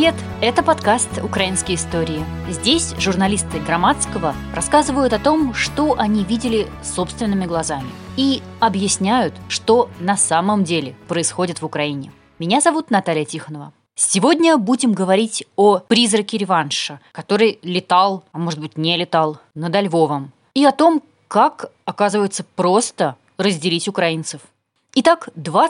Привет! Это подкаст «Украинские истории». Здесь журналисты Громадского рассказывают о том, что они видели собственными глазами, и объясняют, что на самом деле происходит в Украине. Меня зовут Наталья Тихонова. Сегодня будем говорить о призраке реванша, который летал, а может быть не летал, над Львовом, и о том, как, оказывается, просто разделить украинцев. Итак,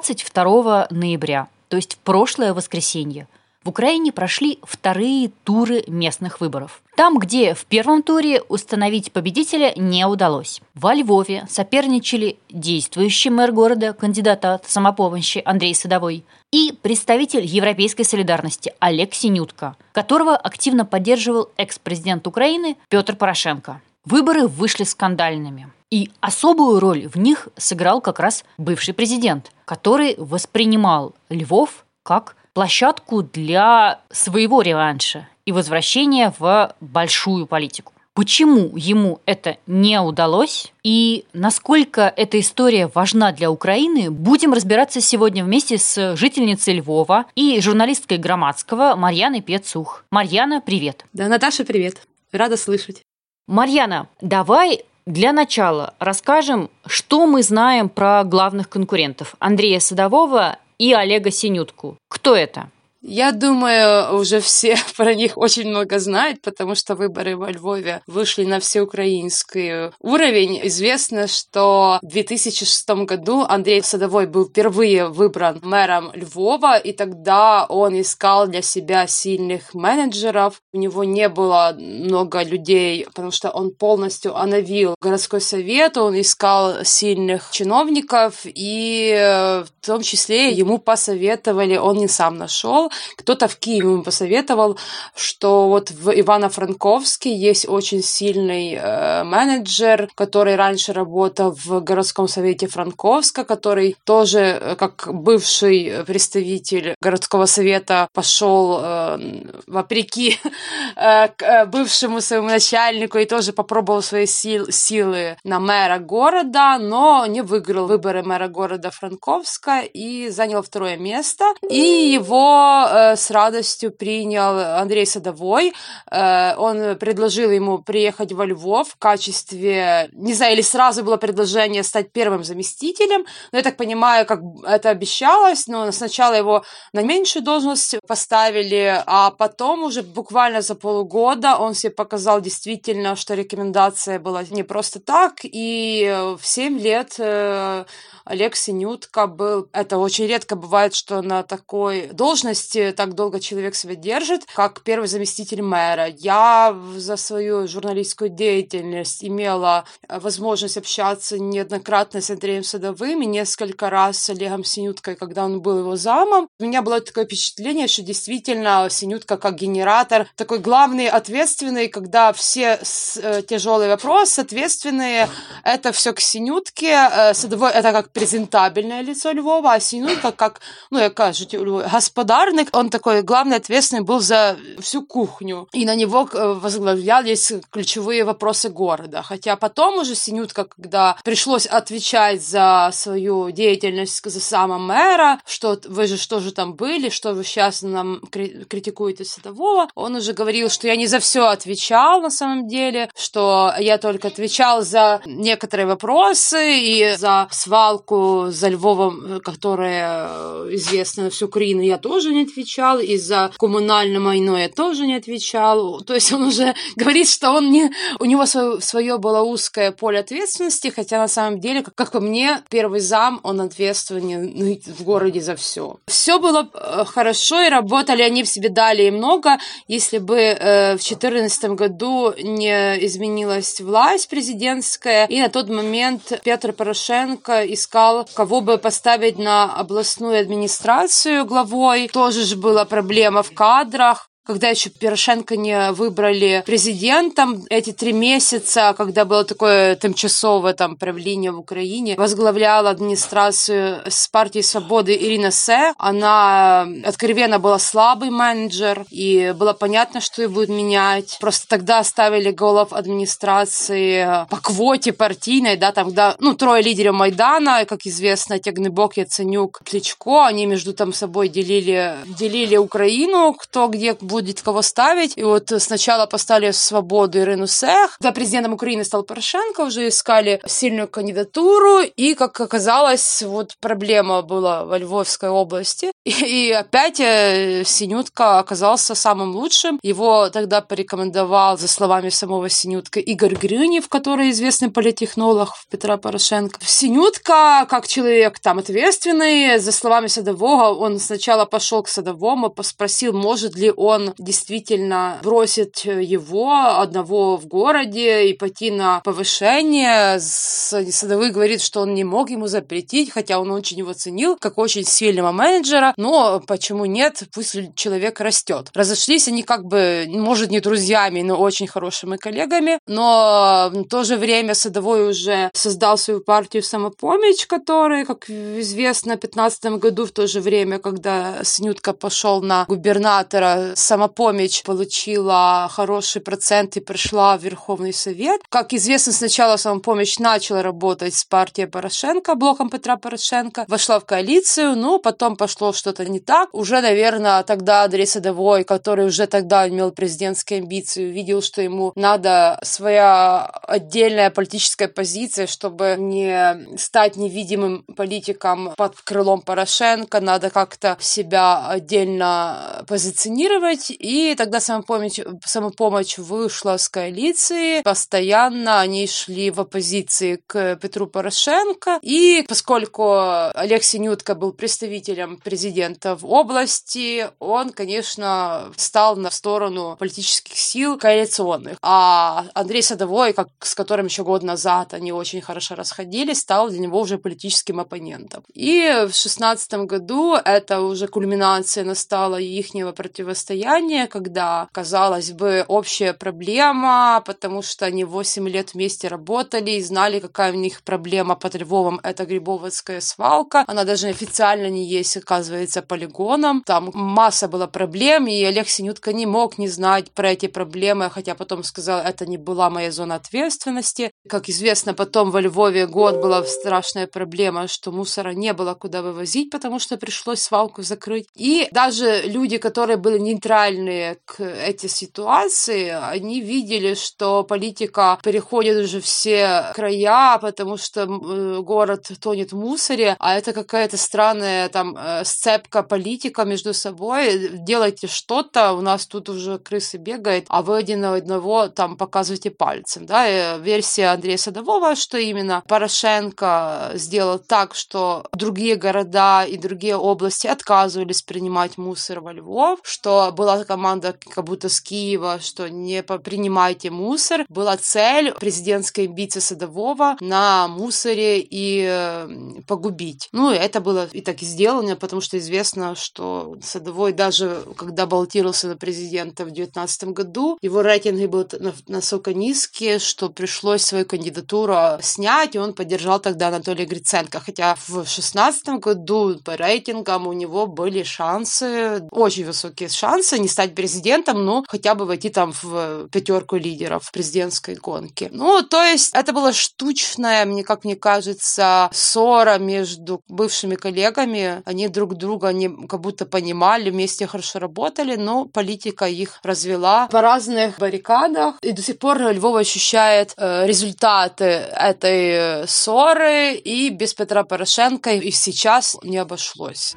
22 ноября, то есть в прошлое воскресенье, в Украине прошли вторые туры местных выборов. Там, где в первом туре установить победителя не удалось. Во Львове соперничали действующий мэр города, кандидат от самопомощи Андрей Садовой, и представитель Европейской солидарности Олег Синютка, которого активно поддерживал экс-президент Украины Петр Порошенко. Выборы вышли скандальными. И особую роль в них сыграл как раз бывший президент, который воспринимал Львов как площадку для своего реванша и возвращения в большую политику. Почему ему это не удалось и насколько эта история важна для Украины, будем разбираться сегодня вместе с жительницей Львова и журналисткой Громадского Марьяной Пецух. Марьяна, привет. Да, Наташа, привет. Рада слышать. Марьяна, давай для начала расскажем, что мы знаем про главных конкурентов Андрея Садового и Олега Синютку. Кто это? Я думаю, уже все про них очень много знают, потому что выборы во Львове вышли на всеукраинский уровень. Известно, что в 2006 году Андрей Садовой был впервые выбран мэром Львова, и тогда он искал для себя сильных менеджеров. У него не было много людей, потому что он полностью обновил городской совет, он искал сильных чиновников, и в том числе ему посоветовали, он не сам нашел, кто-то в Киеве ему посоветовал, что вот в Ивано-Франковске есть очень сильный менеджер, который раньше работал в городском совете Франковска, который тоже, как бывший представитель городского совета, пошел вопреки к бывшему своему начальнику и тоже попробовал свои силы на мэра города, но не выиграл выборы мэра города Франковска и занял второе место. И его с радостью принял Андрей Садовой. Он предложил ему приехать во Львов в качестве, не знаю, или сразу было предложение стать первым заместителем, но я так понимаю, как это обещалось, но сначала его на меньшую должность поставили, а потом уже буквально за полгода он себе показал действительно, что рекомендация была не просто так, и в 7 лет Олег Синютка был. Это очень редко бывает, что на такой должности так долго человек себя держит, как первый заместитель мэра. Я за свою журналистскую деятельность имела возможность общаться неоднократно с Андреем Садовым и несколько раз с Олегом Синюткой, когда он был его замом. У меня было такое впечатление, что действительно Синютка как генератор, такой главный, ответственный, когда все тяжелые вопросы, ответственные, это все к Синютке. Садовой это как презентабельное лицо Львова, а Синютка как, як кажуть, господарник, он такой главный, ответственный был за всю кухню, и на него возглавлялись ключевые вопросы города. Хотя потом уже Синютка, когда пришлось отвечать за свою деятельность за сама мэра, что вы же что же там были, что вы сейчас нам критикуете Садового, он уже говорил, что я не за все отвечал на самом деле, что я только отвечал за некоторые вопросы и за свалку за Львовом, которая известна на всю Украину, я тоже не отвечал, и за коммунальное майно я тоже не отвечал. То есть он уже говорит, что у него свое было узкое поле ответственности, хотя на самом деле, как по мне, первый зам, он ответственен в городе за все. Все было хорошо, и работали они в себе дали и много. Если бы в 2014 году не изменилась власть президентская, и на тот момент Петр Порошенко искал, кого бы поставить на областную администрацию главой. Тоже же была проблема в кадрах. когда еще Порошенко не выбрали президентом, эти 3 месяца, когда было такое тимчасовое правление в Украине, возглавляла администрацию с партии Свободы Ирина Се. Она откровенно была слабый менеджер, и было понятно, что ее будут менять. Просто тогда ставили голов администрации по квоте партийной, да, там, когда, 3 лидеров Майдана, как известно, Тягнебок, Яценюк, Кличко, они между собой делили Украину, кто где будет кого ставить. И вот сначала поставили Свободу Ирину Сех. Когда президентом Украины стал Порошенко, уже искали сильную кандидатуру, и, как оказалось, вот проблема была во Львовской области. И опять Синютка оказался самым лучшим. Его тогда порекомендовал, за словами самого Синютка, Игорь Гринев, который известный политтехнолог Петра Порошенко. Синютка, как человек ответственный, за словами Садового, он сначала пошел к Садовому, спросил, может ли он действительно бросить его одного в городе и пойти на повышение. Садовый говорит, что он не мог ему запретить, хотя он очень его ценил, как очень сильного менеджера, но почему нет, пусть человек растет. Разошлись они может, не друзьями, но очень хорошими коллегами, но в то же время Садовой уже создал свою партию «Самопомощь», которая, как известно, в 2015 году, в то же время, когда Синютка пошел на губернатора, «Самопомощь» получила хороший процент и пришла в Верховный Совет. Как известно, сначала «Самопомощь» начала работать с партией Порошенко, блоком Петра Порошенко, вошла в коалицию, но потом пошло что-то не так. Уже, наверное, тогда Андрей Садовой, который уже тогда имел президентские амбиции, увидел, что ему надо своя отдельная политическая позиция, чтобы не стать невидимым политиком под крылом Порошенко, надо как-то себя отдельно позиционировать, и тогда «Самопомощь» вышла с коалиции, постоянно они шли в оппозиции к Петру Порошенко, и поскольку Олег Синютка был представителем президента в области, он, конечно, встал на сторону политических сил коалиционных, а Андрей Садовой, с которым еще год назад они очень хорошо расходились, стал для него уже политическим оппонентом. И в 2016 году это уже кульминация настала ихнего противостояния, когда, казалось бы, общая проблема, потому что они 8 лет вместе работали и знали, какая у них проблема под Львовом, это Грибовецкая свалка. Она даже официально не есть, оказывается, полигоном. Там масса была проблем, и Олег Синютка не мог не знать про эти проблемы, хотя потом сказал, это не была моя зона ответственности. Как известно, потом во Львове год была страшная проблема, что мусора не было куда вывозить, потому что пришлось свалку закрыть. И даже люди, которые были нейтральные к этой ситуации, они видели, что политика переходит уже все края, потому что город тонет в мусоре, а это какая-то странная сцепка политика между собой. Делайте что-то, у нас тут уже крысы бегают, а вы один на одного показываете пальцем. Да? И версия Андрея Садового, что именно Порошенко сделал так, что другие города и другие области отказывались принимать мусор во Львов, что была команда как будто с Киева, что не принимайте мусор. Была цель президентской амбиции Садового на мусоре и погубить. И это было и так и сделано, потому что известно, что Садовой даже когда баллотировался на президента в 2019 году, его рейтинги были настолько низкие, что пришлось свою кандидатуру снять, и он поддержал тогда Анатолия Гриценко. Хотя в 2016 году по рейтингам у него были шансы, очень высокие шансы не стать президентом, но хотя бы войти в 5 лидеров президентской гонки. То есть это была штучная, как мне кажется, ссора между бывшими коллегами. Они друг друга как будто понимали, вместе хорошо работали, но политика их развела по разных баррикадах. И до сих пор Львов ощущает результаты этой ссоры, и без Петра Порошенко и сейчас не обошлось.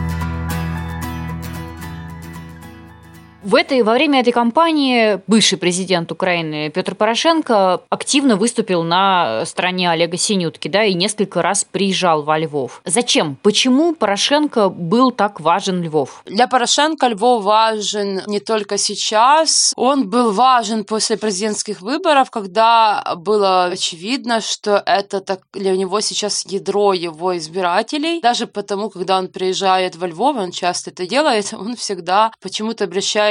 Во время этой кампании бывший президент Украины Петр Порошенко активно выступил на стороне Олега Синютки, и несколько раз приезжал во Львов. Зачем? Почему Порошенко был так важен Львов? Для Порошенко Львов важен не только сейчас. Он был важен после президентских выборов, когда было очевидно, что это для него сейчас ядро его избирателей. Даже потому, когда он приезжает во Львов, он часто это делает, он всегда почему-то обращает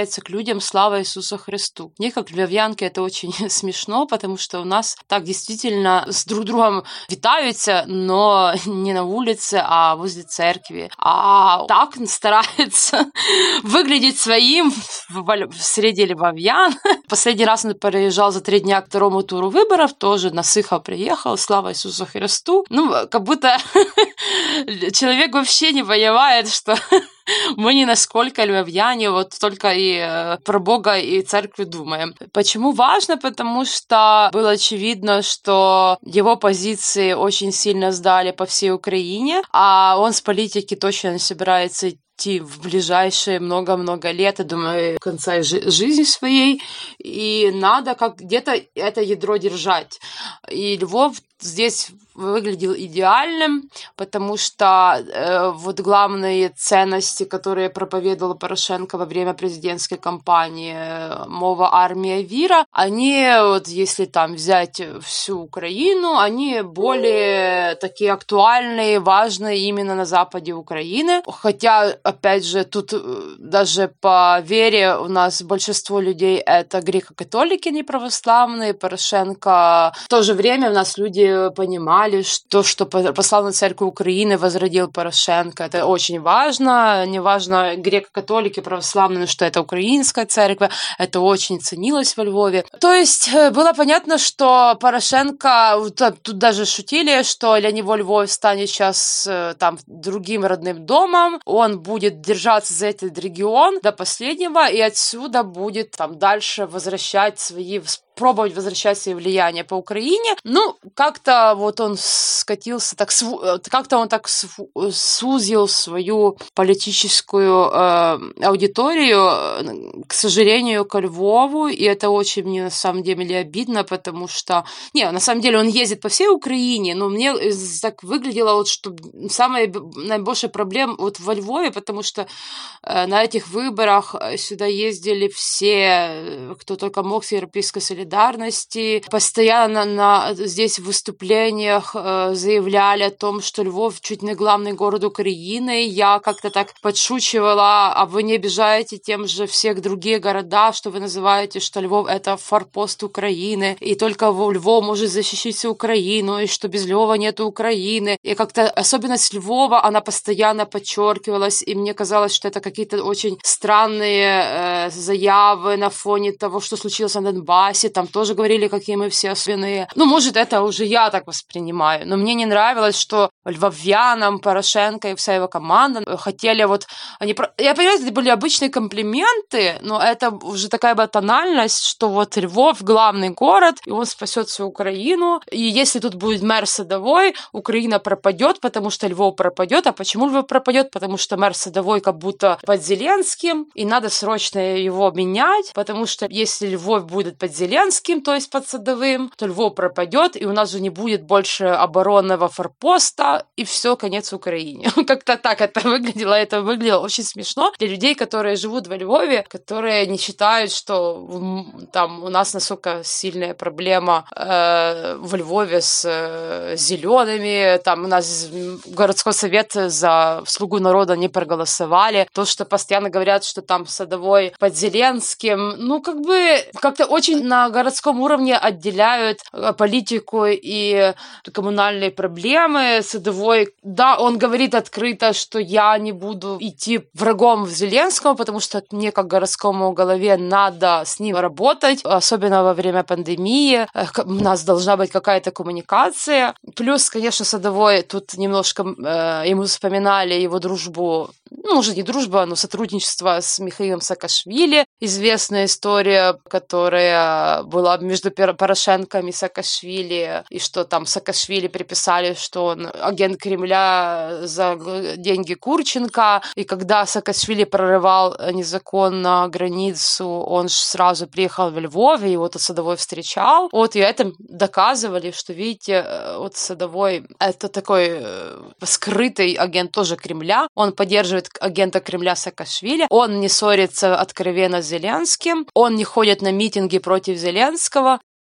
обращается к людям «Слава Иисусу Христу». Мне, как львов'янке, это очень смешно, потому что у нас так действительно с друг другом витаются, но не на улице, а возле церкви. А так старается выглядеть своим среди львов'ян. Последний раз он приезжал за 3 дня к 2-му туру выборов, тоже на Сыхов приехал, слава Иисусу Христу. Как будто человек вообще не понимает, что мы не насколько львов'яне, вот только и про Бога и церковь думаем. Почему важно? Потому что было очевидно, что его позиции очень сильно сдали по всей Украине, а он с политики точно не собирается идти в ближайшие много-много лет, я думаю, конца жизни своей, и надо как где-то это ядро держать. И Львов здесь выглядел идеальным, потому что вот главные ценности, которые проповедовал Порошенко во время президентской кампании, мова «Армия віра», они, вот если там взять всю Украину, они более такие актуальные, важные именно на западе Украины. Хотя, опять же, тут даже по вере у нас большинство людей это греко-католики, не православные. Порошенко в то же время у нас люди понимали, что православная церковь Украины возродил Порошенко. Это очень важно. Неважно, греко-католики, православные, что это украинская церковь. Это очень ценилось во Львове. То есть было понятно, что Порошенко, тут даже шутили, что для него Львов станет сейчас там другим родным домом. Он будет держаться за этот регион до последнего и отсюда будет там дальше пробовать возвращать свои влияния по Украине. Как-то вот он скатился, как-то он так сузил свою политическую аудиторию, к сожалению, ко Львову, и это очень мне на самом деле обидно, потому что, на самом деле он ездит по всей Украине, но мне так выглядело, вот, что самая наибольшая проблема вот во Львове, потому что на этих выборах сюда ездили все, кто только мог, с Европейской солидарности, постоянно здесь в выступлениях заявляли о том, что Львов чуть не главный город Украины. Я как-то так подшучивала, а вы не обижаете тем же всех другие города, что вы называете, что Львов это форпост Украины, и только Львов может защищать всю Украину, и что без Львова нету Украины. И как-то особенность Львова, она постоянно подчеркивалась, и мне казалось, что это какие-то очень странные заявы на фоне того, что случилось на Донбассе. Там тоже говорили, какие мы все особенные. Может, это уже я так воспринимаю. Но мне не нравилось, что львовьянам Порошенко и вся его команда хотели я понимаю, это были обычные комплименты, но это уже такая была тональность, что вот Львов главный город, и он спасет всю Украину. И если тут будет мэр Садовой, Украина пропадет, потому что Львов пропадет. А почему Львов пропадет? Потому что мэр Садовой как будто под Зеленским, и надо срочно его менять, потому что если Львов будет под Зеленским, то есть под Садовым, то Львов пропадет, и у нас же не будет больше оборонного форпоста, и все, конец Украине. Как-то так это выглядело очень смешно для людей, которые живут во Львове, которые не считают, что там у нас настолько сильная проблема во Львове с зелеными, там у нас городской совет за «Слугу народа» не проголосовали, то, что постоянно говорят, что там Садовой под Зеленским, как-то очень на городском уровне отделяют политику и коммунальные проблемы. Садовой, да, он говорит открыто, что я не буду идти врагом в Зеленского, потому что мне, как городскому голове, надо с ним работать, особенно во время пандемии. У нас должна быть какая-то коммуникация. Плюс, конечно, Садовой, тут немножко ему вспоминали его дружбу, уже не дружба, но сотрудничество с Михаилом Саакашвили. Известная история, которая была между Порошенко и Саакашвили, и что там Саакашвили приписали, что он агент Кремля за деньги Курченко, и когда Саакашвили прорывал незаконно границу, он же сразу приехал в Львов, и его Садовой встречал. И этим доказывали, что, видите, Садовой это такой скрытый агент тоже Кремля, он поддерживает агента Кремля Саакашвили, он не ссорится откровенно с Зеленским, он не ходит на митинги против Зеленского.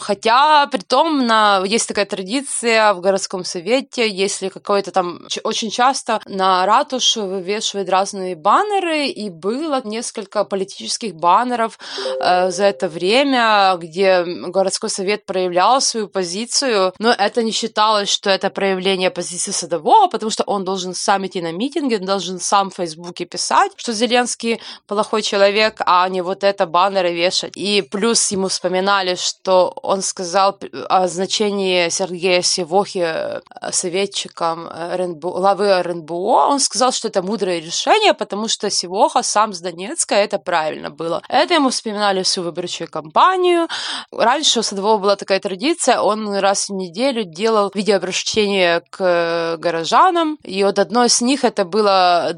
Хотя, притом, есть такая традиция в городском совете, если какой-то там очень часто на ратушу вывешивают разные баннеры, и было несколько политических баннеров за это время, где городской совет проявлял свою позицию, но это не считалось, что это проявление позиции Садового, потому что он должен сам идти на митинги, он должен сам в Фейсбуке писать, что Зеленский плохой человек, а не вот это баннеры вешать. И плюс ему вспоминали, что он сказал о значении Сергея Сивохи советчиком главы РНБО. Он сказал, что это мудрое решение, потому что Сивоха сам с Донецка, это правильно было. Это ему вспоминали всю выборчую кампанию. Раньше у Садового была такая традиция, он раз в неделю делал видеообращение к горожанам, и вот одно из них это было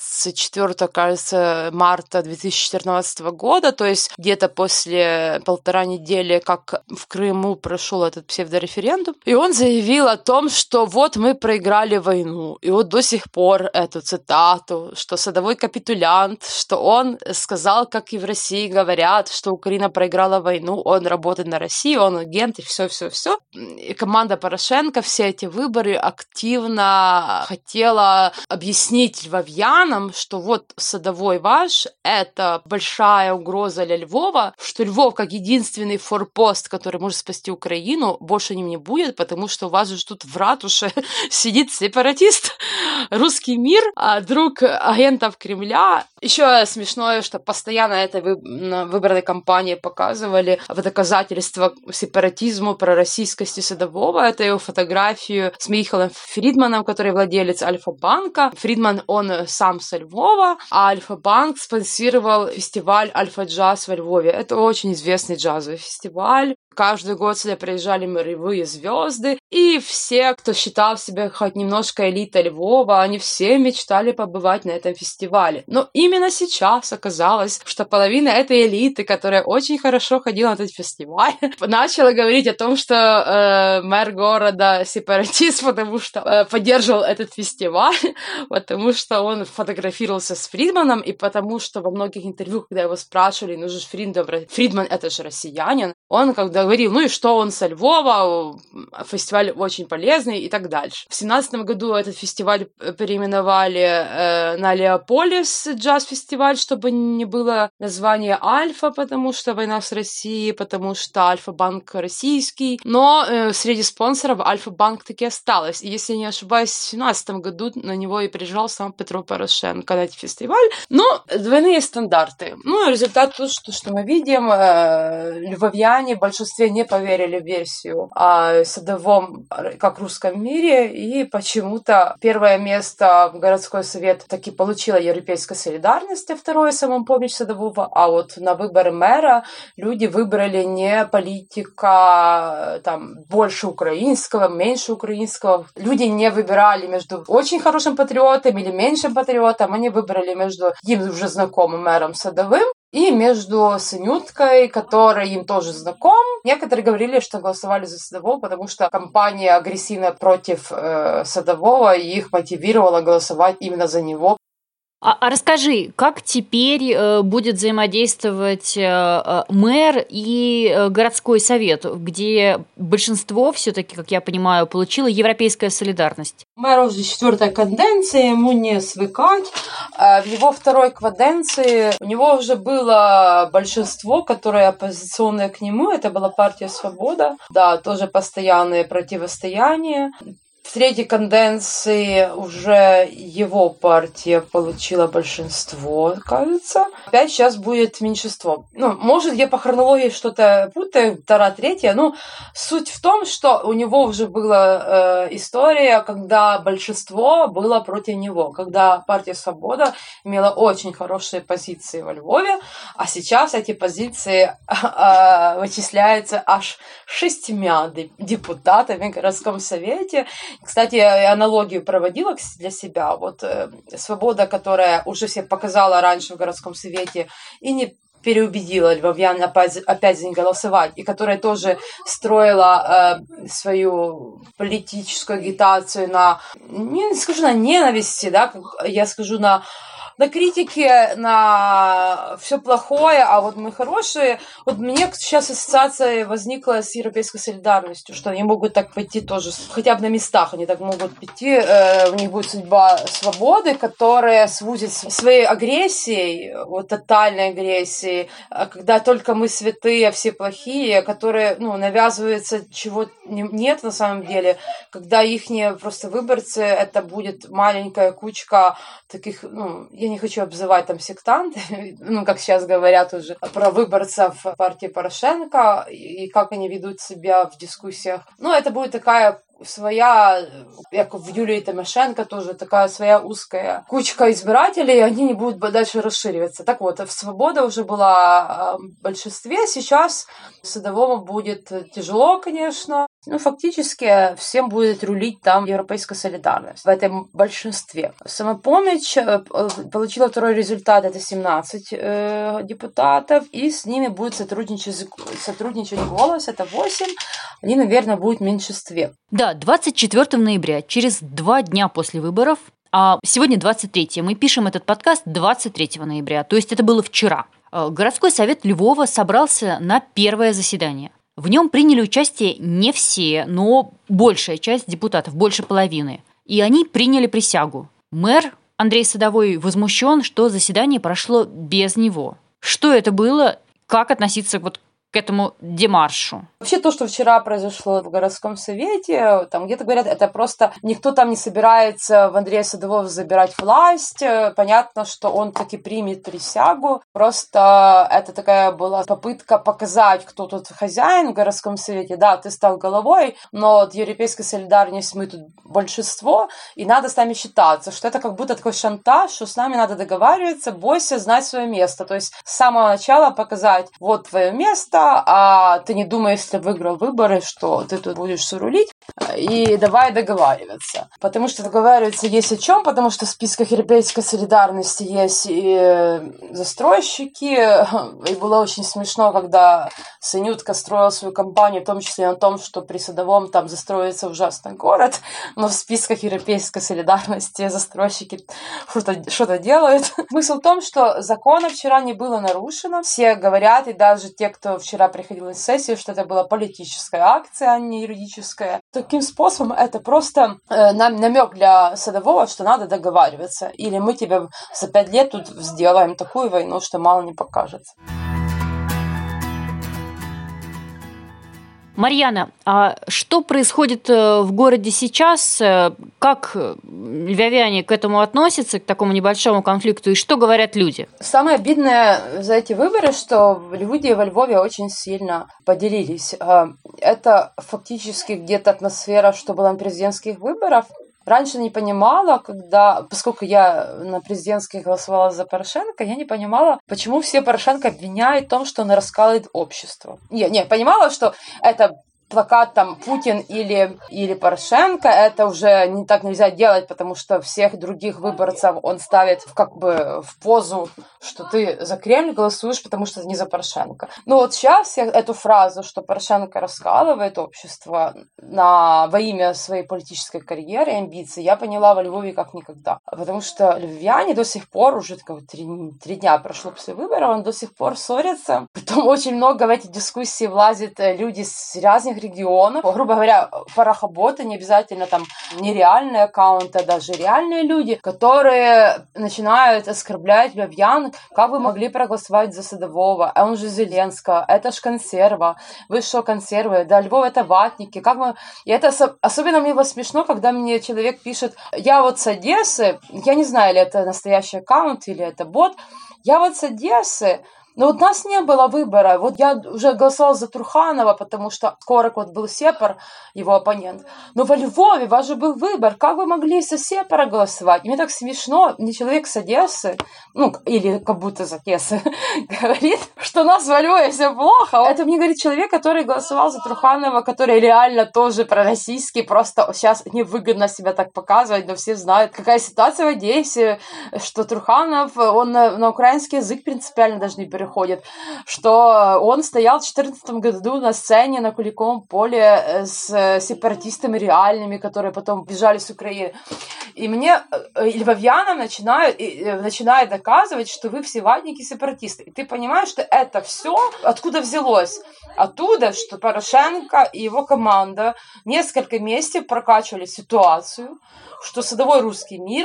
24, кажется, марта 2014 года, то есть где-то после 1,5 недели, как в Крыму прошел этот псевдореферендум, и он заявил о том, что вот мы проиграли войну, и вот до сих пор эту цитату, что Садовой капитулянт, что он сказал, как и в России говорят, что Украина проиграла войну, он работает на Россию, он агент, и все. И команда Порошенко все эти выборы активно хотела объяснить львовьянам, что вот Садовой ваш — это большая угроза для Львова, что Львов как единственный форпост, который может спасти Украину, больше ним не будет, потому что у вас же тут в ратуше сидит сепаратист, русский мир, друг агентов Кремля. Еще смешное, что постоянно это на выборной кампании показывали в доказательство сепаратизму, пророссийскости Садового. Это его фотографию с Михаилом Фридманом, который владелец Альфа-банка. Фридман, он сам со Львова, а Альфа-банк спонсировал фестиваль Альфа-джаз во Львове. Это очень известный джазовый фестиваль. Каждый год сюда приезжали мировые звезды, и все, кто считал себя хоть немножко элитой Львова, они все мечтали побывать на этом фестивале. Но именно сейчас оказалось, что половина этой элиты, которая очень хорошо ходила на этот фестиваль, начала говорить о том, что мэр города сепаратист, потому что поддерживал этот фестиваль, потому что он фотографировался с Фридманом, и потому что во многих интервью, когда его спрашивали, ну же Фридман это же россиянин, он когда говорил, ну и что он со Львова, фестиваль очень полезный и так дальше. В 2017 году этот фестиваль переименовали на Леополис джаз-фестиваль, чтобы не было названия Альфа, потому что война с Россией, потому что Альфа-банк российский. Но среди спонсоров Альфа-банк таки осталось. И если не ошибаюсь, в 2017 году на него и приезжал сам Петро Порошенко на этот фестиваль. Но двойные стандарты. Ну, результат тут, что мы видим, львовьяне в большинстве не поверили в версию о Садовом как русском мире, и почему-то первое место в городской совет таки получила Европейская солидарность, а второе самопомощь Садового, а вот на выборы мэра люди выбрали не политика там больше украинского, меньше украинского. Люди не выбирали между очень хорошим патриотом или меньшим патриотом, они выбрали между им уже знакомым мэром Садовым и между Синюткой, который им тоже знаком. Некоторые говорили, что голосовали за Садового, потому что кампания агрессивная против Садового, и их мотивировала голосовать именно за него. А расскажи, как теперь будет взаимодействовать мэр и городской совет, где большинство все-таки, как я понимаю, получила европейская солидарность? Мэру уже 4-я каденция, ему не свыкать. В его 2-й каденции у него уже было большинство, которое оппозиционное к нему, это была партия «Свобода». Да, тоже постоянные противостояния. В 3-й каденции уже его партия получила большинство, кажется. Опять сейчас будет меньшинство. Ну, может, я по хронологии что-то путаю, 2-я, 3-я. Ну, суть в том, что у него уже была история, когда большинство было против него, когда партия «Свобода» имела очень хорошие позиции во Львове, а сейчас эти позиции вычисляются аж 6 депутатами в городском совете. Кстати, я аналогию проводила для себя. Вот «Свобода», которая уже себе показала раньше в городском совете и не переубедила львовьян опять за них голосовать, и которая тоже строила свою политическую агитацию на, не скажу на ненависти, да, я скажу на на критике, на все плохое, а вот мы хорошие. Вот мне сейчас ассоциация возникла с европейской солидарностью, что они могут так пойти тоже, хотя бы на местах они так могут пойти, у них будет судьба свободы, которая сузит своей агрессией, вот тотальной агрессией, когда только мы святые, а все плохие, которые, навязывается, чего нет на самом деле, когда ихние просто выборцы, это будет маленькая кучка таких, я не хочу обзывать там сектантами, как сейчас говорят уже про выборцев партии Порошенко и как они ведут себя в дискуссиях. Это будет такая своя, как в Юлии Тимошенко тоже, такая своя узкая кучка избирателей, и они не будут дальше расшириваться. Так вот, Свобода уже была в большинстве, сейчас Садовому будет тяжело, конечно. Фактически всем будет рулить там европейская солидарность в этом большинстве. Самопомощь получила второй результат, это 17 депутатов, и с ними будет сотрудничать «Голос», это 8, они, наверное, будут в меньшинстве. Да, 24 ноября, через 2 дня после выборов, а сегодня 23, мы пишем этот подкаст 23 ноября, то есть это было вчера. Городской совет Львова собрался на первое заседание. В нем приняли участие не все, но большая часть депутатов, больше половины. И они приняли присягу. Мэр Андрей Садовой возмущен, что заседание прошло без него. Что это было? Как относиться к этому демаршу? Вообще то, что вчера произошло в городском совете, там где-то говорят, это просто никто там не собирается в Андрея Садового забирать власть. Понятно, что он таки примет присягу. Просто это такая была попытка показать, кто тут хозяин в городском совете. Да, ты стал головой, но от европейской солидарности мы тут большинство, и надо с нами считаться, что это как будто такой шантаж, что с нами надо договариваться, бойся знать свое место. То есть с самого начала показать, вот твое место, а ты не думай, если выиграл выборы, что ты тут будешь все рулить, и давай договариваться. Потому что договариваться есть о чем, потому что в списках европейской солидарности есть и застройщики, и было очень смешно, когда Синютка строил свою кампанию, в том числе на том, что при Садовом там застроится ужасный город, но в списках европейской солидарности застройщики что-то делают. Смысл в том, что закона вчера не было нарушено. Все говорят, и даже те, кто вчера приходил на сессию, что это была политическая акция, а не юридическая. Таким способом это просто намек для Садового, что надо договариваться. Или мы тебе за 5 лет тут сделаем такую войну, что мало не покажется. Марьяна, а что происходит в городе сейчас? Как львовяне к этому относятся, к такому небольшому конфликту, и что говорят люди? Самое обидное за эти выборы, что люди во Львове очень сильно поделились. Это фактически где-то атмосфера, что была на президентских выборах. Раньше не понимала, поскольку я на президентских голосовала за Порошенко, я не понимала, почему все Порошенко обвиняют в том, что он раскалывает общество. Не понимала, что это плакат там Путин или Порошенко, это уже не так нельзя делать, потому что всех других выборцев он ставит в позу, что ты за Кремль голосуешь, потому что ты не за Порошенко. Вот сейчас я эту фразу, что Порошенко раскалывает общество во имя своей политической карьеры и амбиций, я поняла во Львове как никогда. Потому что львовяне до сих пор, уже 3 дня прошло после выборов, он до сих пор ссорится. Потом очень много в эти дискуссии влазят люди с разных регионов. Грубо говоря, парохоботы, не обязательно там нереальные аккаунты, а даже реальные люди, которые начинают оскорблять львовян, как вы могли проголосовать за Садового, а он же Зеленского, это ж консерва, вы что, консервы, да, Львов это ватники, И это особенно мне было смешно, когда мне человек пишет, я вот с Одессы, я не знаю, или это настоящий аккаунт, или это бот, я вот с Одессы, но у нас не было выбора. Я уже голосовала за Труханова, потому что скоро был Сепар, его оппонент. Но во Львове у вас же был выбор. Как вы могли за Сепара голосовать? И мне так смешно. Мне человек с Одессы, или как будто с Одессы, говорит, что у нас во Львове все плохо. Это мне говорит человек, который голосовал за Труханова, который реально тоже пророссийский. Просто сейчас невыгодно себя так показывать, но все знают, какая ситуация в Одессе, что Труханов, он на украинский язык принципиально даже не берет. переходит, что он стоял в 2014 году на сцене на Куликовом поле с сепаратистами реальными, которые потом бежали с Украины. И мне львовьянам начинает доказывать, что вы все ватники сепаратисты. И ты понимаешь, что это все откуда взялось? Оттуда, что Порошенко и его команда несколько месяцев прокачивали ситуацию, что садовой русский мир.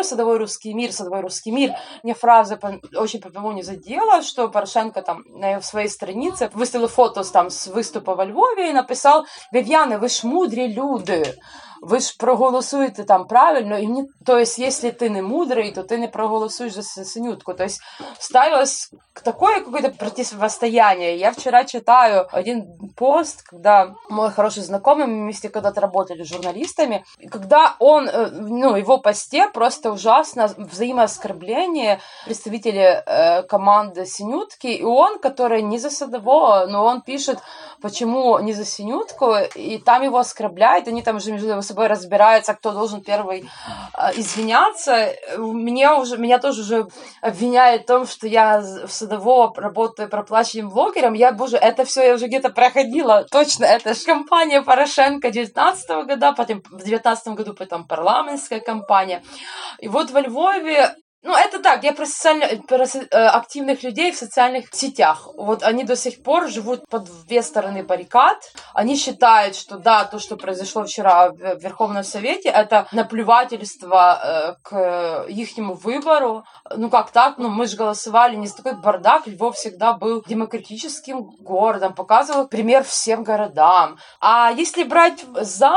Мне фраза очень по-моему не задела, что Порошенко там в своей странице выставил фото там с выступа во Львові і написав: «Львів'яни, ви ж мудрі люди, ви ж проголосуєте там правильно, і мені, то есть, если ты не мудрый, то ты не проголосуешь за Синютку». То есть ставилось такое какое-то противостояние. Я вчера читаю один пост, когда мой хороший знакомый, мы вместе когда-то работали с журналистами, когда он, в его посте просто ужасно взаимооскорбление представители команды Синютки, и он, который не за Садового, но он пишет, почему не за Синютку, и там его оскорбляют, они там уже между собой разбираются, кто должен первый извиняться. Меня тоже уже обвиняют в том, что я в Садового работаю проплаченным блогером. Это все я уже где-то проходила. Точно, это же кампания Порошенко 2019 года, потом в 2019 году потом парламентская кампания. И вот во Львове, это так, я про активных людей в социальных сетях. Вот они до сих пор живут по две стороны баррикад. Они считают, что да, то, что произошло вчера в Верховном Совете, это наплевательство к ихнему выбору. Как так? Мы же голосовали не за такой бардак. Львов всегда был демократическим городом, показывал пример всем городам. А если брать за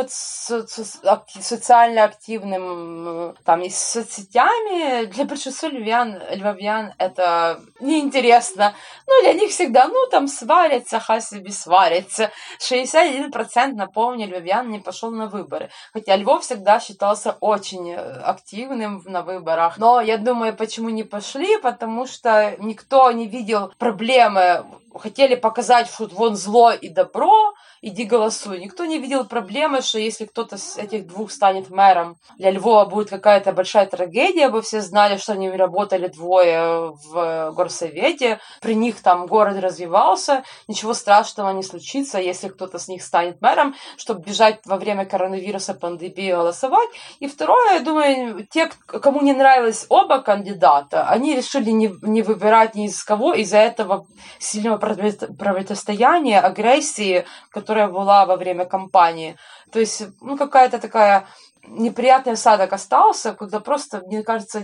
социально активным, и с соцсетями, для большинства львовьян это неинтересно. Для них всегда, сварятся, хай себе сварятся. 61%, напомню, львовьян не пошел на выборы. Хотя Львов всегда считался очень активным на выборах. Но я думаю, почему не пошли? Потому что никто не видел проблемы. Хотели показать, что вон зло и добро, иди голосуй. Никто не видел проблемы, что если кто-то с этих двух станет мэром, для Львова будет какая-то большая трагедия, бы все знали, что они работали двое в горсовете, при них там город развивался, ничего страшного не случится, если кто-то с них станет мэром, чтобы бежать во время коронавируса, пандемии голосовать. И второе, я думаю, те, кому не нравилось оба кандидата, они решили не выбирать ни из кого из-за этого сильного противостояния, агрессии, которая была во время кампании. То есть, какая-то такая неприятный осадок остался, когда просто, мне кажется,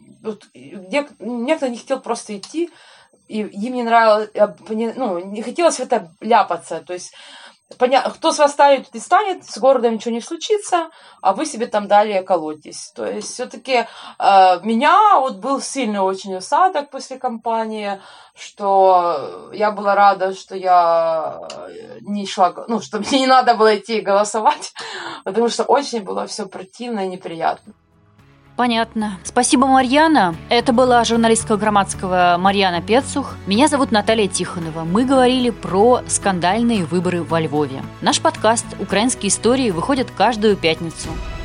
некто не хотел просто идти, и им не нравилось, не хотелось в это ляпаться. То есть, кто с вас станет, тот и станет, с городом ничего не случится, а вы себе там далее колотесь. То есть все-таки меня был сильный очень осадок после кампании, что я была рада, что я не шла, что мне не надо было идти голосовать, потому что очень было все противно и неприятно. Понятно. Спасибо, Марьяна. Это была журналистка Громадского Марьяна Пецух. Меня зовут Наталья Тихонова. Мы говорили про скандальные выборы во Львове. Наш подкаст «Украинские истории» выходит каждую пятницу.